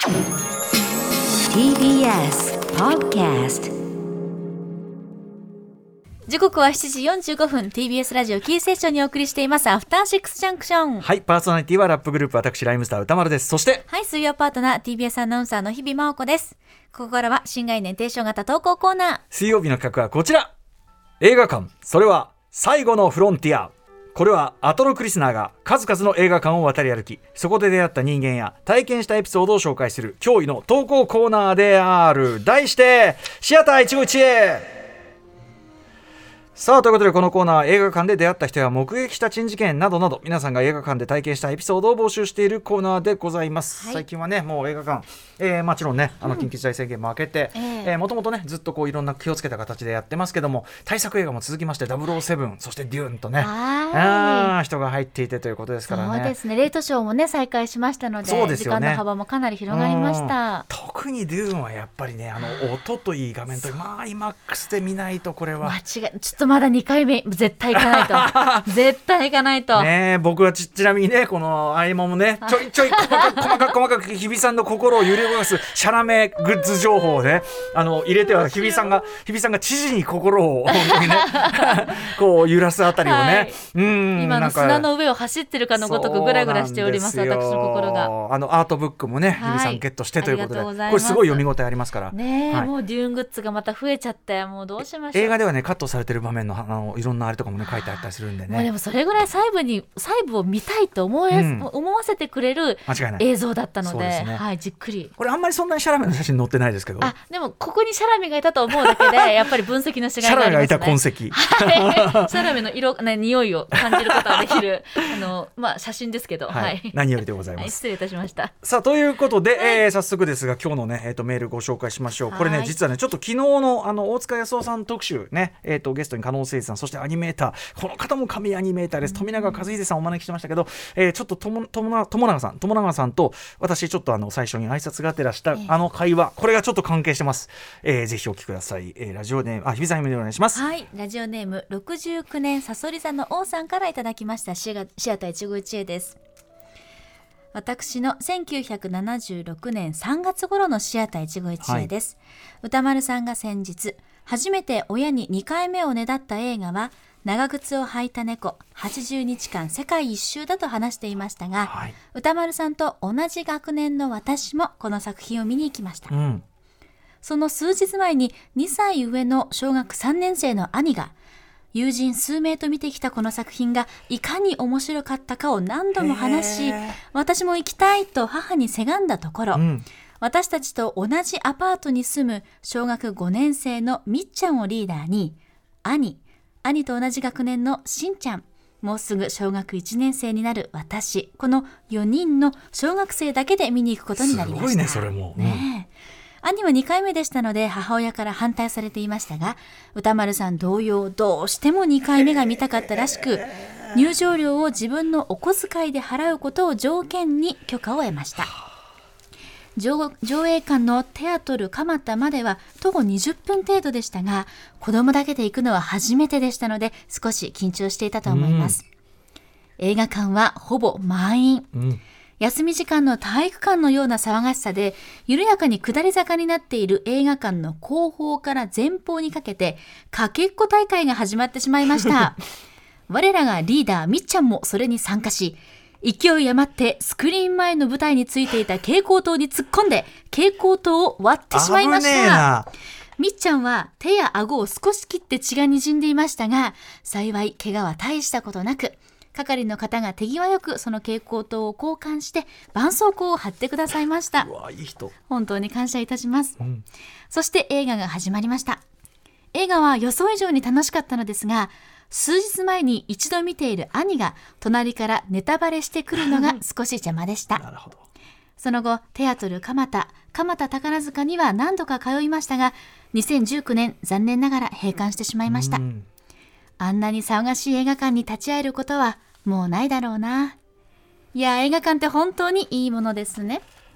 TBS Podcast。時刻は7時45分 TBS ラジオキーセッションにお送りしていますアフターシックスジャンクション。 はい、パーソナリティはラップグループ私ライムスター歌丸です。そしてはい、水曜パートナー TBS アナウンサーの日々真央子です。ここからは新概念提唱型投稿コーナー。 水曜日の企画はこちら、映画館それは最後のフロンティア。これはアトロクリスナーが数々の映画館を渡り歩き、そこで出会った人間や体験したエピソードを紹介する驚異の投稿コーナーである。題してシアター一期一会。さあ、ということでこのコーナーは映画館で出会った人や目撃した珍事件などなど皆さんが映画館で体験したエピソードを募集しているコーナーでございます、はい、最近はねもう映画館、もちろんね緊急事態宣言も明けてもともとねずっとこういろんな気をつけた形でやってますけども、対策映画も続きまして007そしてデューンとね人が入っていてということですからね。 そうですね、レイトショーもね再開しましたの で、時間の幅もかなり広がりました。 特にデューンはやっぱりね音といい画面といいIMAX で見ないとこれは間違いちょっとまだ2回目絶対行かないと絶対行かないとね。僕はちなみにねこの合間もねちょいちょい細かく日比さんの心を揺れ動かすシャラメグッズ情報をね入れては日比さんが知事に心を本当にねこう揺らすあたりをね、はい、 今の砂の上を走ってるかのごとくグラグラしております。私の心がアートブックもね、日比さんゲットしてということで、これすごい読み応えありますからね、 はい、もうデューングッズがまた増えちゃってもうどうしましょう。 映画ではねカットされてる場面のいろんなあれとかもね書いてあったりするんでね、 もうでもそれぐらい細部を見たいと思わせてくれる映像だったの で、ね、はい、じっくり。 これあんまりそんなにシャラメの写真載ってないですけど、 でもここにシャラメがいたと思うだけでやっぱり分析のしがいがありますね。 シャラメがいた痕跡、 はい、シャラメの色、匂いを感じることができる写真ですけど、 はいはい、 何よりでございます、 はい、失礼いたしました。 さあということで、 はい、 早速ですが今日のね、メールご紹介しましょう。これね実はねちょっと昨日の大塚康夫さん特集ね、ゲストに加納誠司さん、そしてアニメーター、この方も神アニメーターです、富永和秀さんをお招きしましたけど、ちょっと友永さんと私ちょっと最初に挨拶がてらした会話、これがちょっと関係してます。ぜひお聞きください。ラジオネーム日比さんにお願いします。 はい、ラジオネーム69年さそり座の王さんからいただきましたシアター一期一会です。私の1976年3月頃のシアター一期一会です、はい、歌丸さんが先日初めて親に2回目をねだった映画は長靴を履いた猫80日間世界一周だと話していましたが、はい、歌丸さんと同じ学年の私もこの作品を見に行きました、その数日前に2歳上の小学3年生の兄が友人数名と見てきたこの作品がいかに面白かったかを何度も話し、私も行きたいと母にせがんだところ、私たちと同じアパートに住む小学5年生のみっちゃんをリーダーに兄と同じ学年のしんちゃん、もうすぐ小学1年生になる私、この4人の小学生だけで見に行くことになりました。 すごいねそれも、 兄は2回目でしたので母親から反対されていましたが、歌丸さん同様どうしても2回目が見たかったらしく、入場料を自分のお小遣いで払うことを条件に許可を得ました。上映館のテアトル蒲田までは徒歩20分程度でしたが、子供だけで行くのは初めてでしたので少し緊張していたと思います、映画館はほぼ満員、休み時間の体育館のような騒がしさで、緩やかに下り坂になっている映画館の後方から前方にかけてかけっこ大会が始まってしまいました我らがリーダーみっちゃんもそれに参加し、勢い余ってスクリーン前の舞台についていた蛍光灯に突っ込んで蛍光灯を割ってしまいました。みっちゃんは手や顎を少し切って血が滲んでいましたが、幸い怪我は大したことなく、係の方が手際よくその蛍光灯を交換して絆創膏を貼ってくださいました。 うわ、いい人。 本当に感謝いたします、そして映画が始まりました。映画は予想以上に楽しかったのですが、数日前に一度見ている兄が隣からネタバレしてくるのが少し邪魔でしたなるほど。 その後テアトル蒲田宝塚には何度か通いましたが、2019年残念ながら閉館してしまいました。あんなに騒がしい映画館に立ち会えることはもうないだろうな。いや、映画館って本当にいいものですね。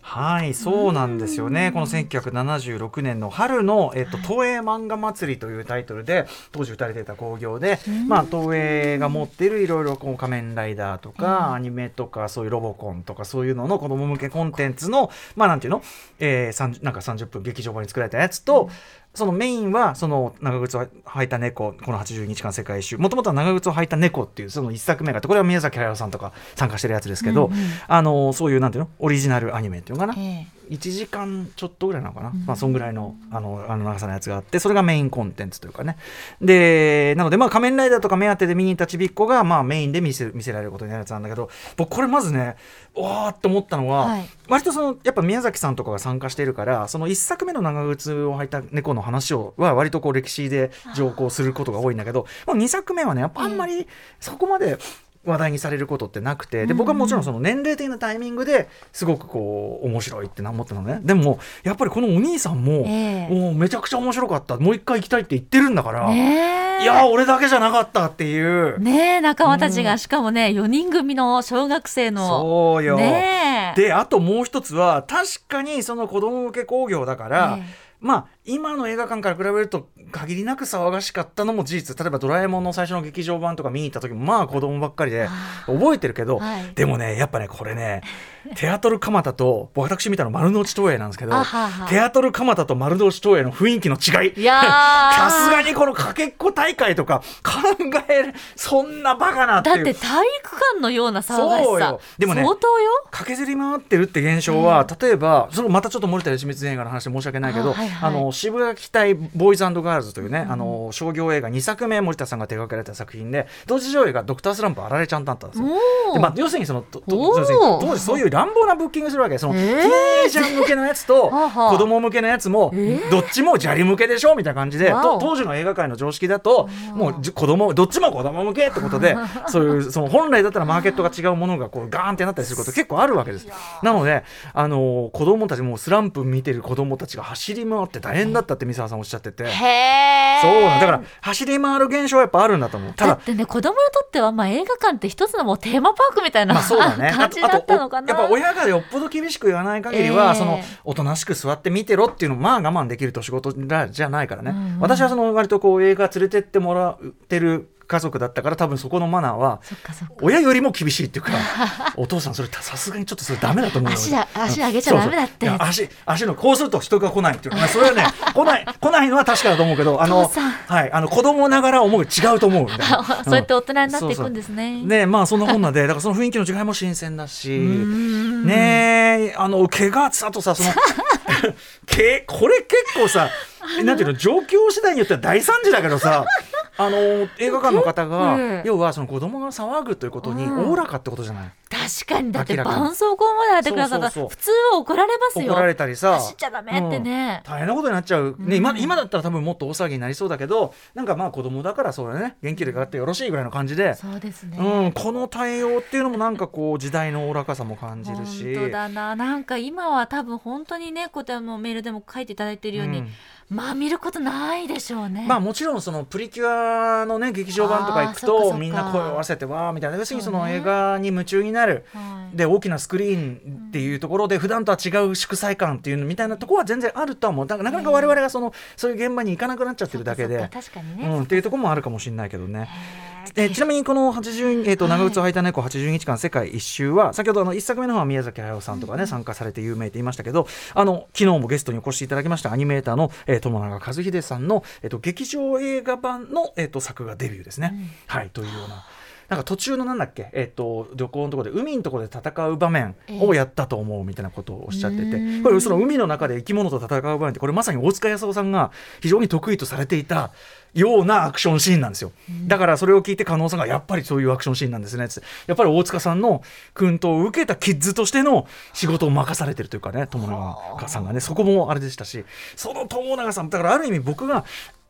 はい、そうなんですよね。この1976年の春の、東映漫画祭りというタイトルで当時打たれていた興行で、東映が持っているいろいろ仮面ライダーとか、アニメとかそういうロボコンとかそういうのの子供向けコンテンツのなんていうの、なんか30分劇場版に作られたやつと、そのメインはその長靴を履いた猫、この82日間世界一周、もともとは長靴を履いた猫っていうその一作目があって、これは宮崎駿さんとか参加してるやつですけど、そういうなんていうのオリジナルアニメっていうのかな、1時間ちょっとぐらいなのかな、そんぐらいの長さのやつがあって、それがメインコンテンツというかね。でなので仮面ライダーとか目当てで見に行ったちびっこがメインで見せられることになるやつなんだけど、僕これまずねわーって思ったのは、割とそのやっぱ宮崎さんとかが参加しているから、その1作目の長靴を履いた猫の話は割とこう歴史で上皇することが多いんだけど、2作目はねやっぱあんまりそこまで話題にされることってなくて、で僕はもちろんその年齢的なタイミングですごくこう面白いって思ったのね。でもやっぱりこのお兄さんも、もうめちゃくちゃ面白かった、もう一回行きたいって言ってるんだから、いや俺だけじゃなかったっていうね、仲間たちがしかもね、4人組の小学生のそうよ、であともう一つは確かにその子供向け興行だから、今の映画館から比べると限りなく騒がしかったのも事実。例えばドラえもんの最初の劇場版とか見に行った時も子供ばっかりで覚えてるけど、でもねやっぱねこれねテアトル蒲田と私見たの丸の内東映なんですけどテアトル蒲田と丸の内東映の雰囲気の違い、さすがにこのかけっこ大会とか考えるそんなバカなっていう、 だって体育館のような騒がしさ、 でもね相当よ。 駆けずり回ってるって現象は、例えばそのまたちょっと森田芳光映画の話で申し訳ないけど、渋谷期待ボーイズ&ガールズというね、商業映画2作目森田さんが手掛けられた作品で、同時上映がドクタースランプあられちゃんだったんですよ。で、要するにその当時そういう乱暴なブッキングするわけ。そのティーンエイジャー向けのやつと子供向けのやつもどっちも砂利向けでしょみたいな感じで、当時の映画界の常識だともうどっちも子供向けってことでそういうその本来だったらマーケットが違うものがこうガーンってなったりすること結構あるわけです。なので子供たちもスランプ見てる子供たちが走り回って大変だったって三沢さんおっしゃってて、そうなんだから走り回る現象はやっぱあるんだと思う。ただってね、子供にとっては映画館って一つのもうテーマパークみたいな、 そうだね、 感じだったのかな。 やっぱ親がよっぽど厳しく言わない限りは、そのおとなしく座って見てろっていうのを我慢できると仕事じゃないからね、私はその割とこう映画連れてってもらってる家族だったから、多分そこのマナーは親よりも厳しいっていうかお父さんそれさすがにちょっとそれダメだと思うよ。 足上げちゃダメだって。 足のこうすると人が来ないっていう、それはね来ないのは確かだと思うけど、子供ながら思う違うと思うみたいなそうやって大人になっていくんですね。 そんなこんなでだからその雰囲気の違いも新鮮だしね、毛があとさそのこれ結構さなんていうの、状況次第によっては大惨事だけどさ映画館の方が要はその子供が騒ぐということにおおらかってことじゃない。 確かに、だって絆創膏までやってくださったら普通は怒られますよ。 怒られたりさ、 走っちゃダメってね、 大変なことになっちゃう、ね、今だったら多分もっと大騒ぎになりそうだけど、なんか子供だからそうだね、元気でがあってよろしいぐらいの感じで、 そうですね、 この対応っていうのもなんかこう時代のおおらかさも感じるし、 本当だな。なんか今は多分本当にね、こうやってメールでも書いていただいているように、見ることないでしょうね。 もちろんそのプリキュアのね劇場版とか行くとみんな声を合わせてわーみたいな、要するにその映画に夢中になる、で大きなスクリーンっていうところで普段とは違う祝祭感っていうのみたいなところは全然あるとは思う。だからなかなか我々がそういう現場に行かなくなっちゃってるだけで、 確かにね、 っていうところもあるかもしれないけどね。ちなみにこの長靴を履いた猫80日間世界一周は、先ほど1作目の方は宮崎駿さんとかね、参加されて有名って言いましたけど、昨日もゲストにお越しいただきましたアニメーターの友永和秀さんの、劇場映画版の、作画デビューですね、というような。なんか途中のなんだっけ、旅行のところで海のところで戦う場面をやったと思うみたいなことをおっしゃってて、これその海の中で生き物と戦う場面ってこれまさに大塚康夫さんが非常に得意とされていたようなアクションシーンなんですよ。だからそれを聞いて加納さんがやっぱりそういうアクションシーンなんですねって、やっぱり大塚さんの薫陶を受けたキッズとしての仕事を任されてるというかね、友永さんがね、そこもあれでしたし、その友永さんだからある意味僕が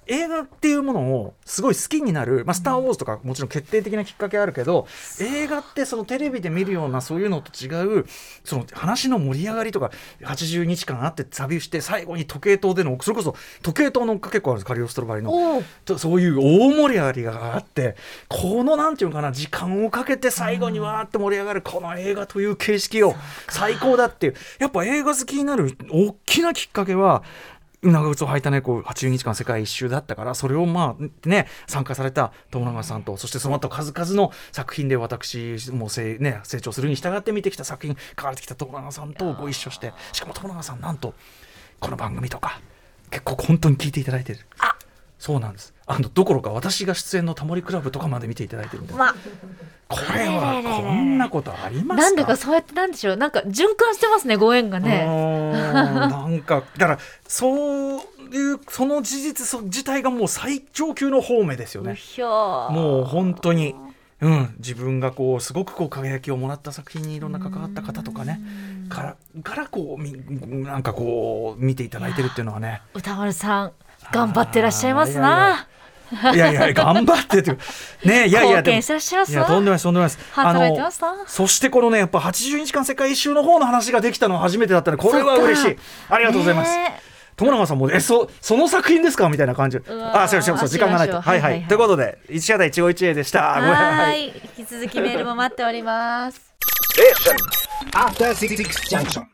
映画っていうものをすごい好きになる、スター・ウォーズとかもちろん決定的なきっかけあるけど、映画ってそのテレビで見るようなそういうのと違うその話の盛り上がりとか、80日間あって旅して最後に時計塔での、それこそ時計塔の結構あるんです、カリオストロバリのそういう大盛り上がりがあって、このなんていうのかな、時間をかけて最後にわーって盛り上がるこの映画という形式を最高だっていう、やっぱ映画好きになる大きなきっかけは長靴を履いた猫80日間世界一周だったから、それを参加された友永さんと、そしてその後数々の作品で私も成長するに従って見てきた作品変わってきた友永さんとご一緒して、しかも友永さんなんとこの番組とか結構本当に聞いていただいてる。そうなんです。どころか私が出演のタモリクラブとかまで見ていただいてるみたいな、これはこんなことありますか。 なんだかそうやってなんでしょう、なんか循環してますね、ご縁がね。 なんかだからそういうその事実自体がもう最上級の方面ですよね。もう本当に、自分がこうすごくこう輝きをもらった作品にいろんな関わった方とかねからこうなんかこう見ていただいてるっていうのはね、 歌丸さん頑張ってらっしゃいますな。 いや頑張ってってね、 貢献してらっしゃいますな。 とんでもないです。 働いてますな。 そしてこのね、やっぱ80日間世界一周の方の話ができたのは初めてだったので、これは嬉しい。ありがとうございます。友永さんもその作品ですかみたいな感じ。そう時間がないと。はいということで一夜台一期一会でした。 はい引き続きメールも待っております。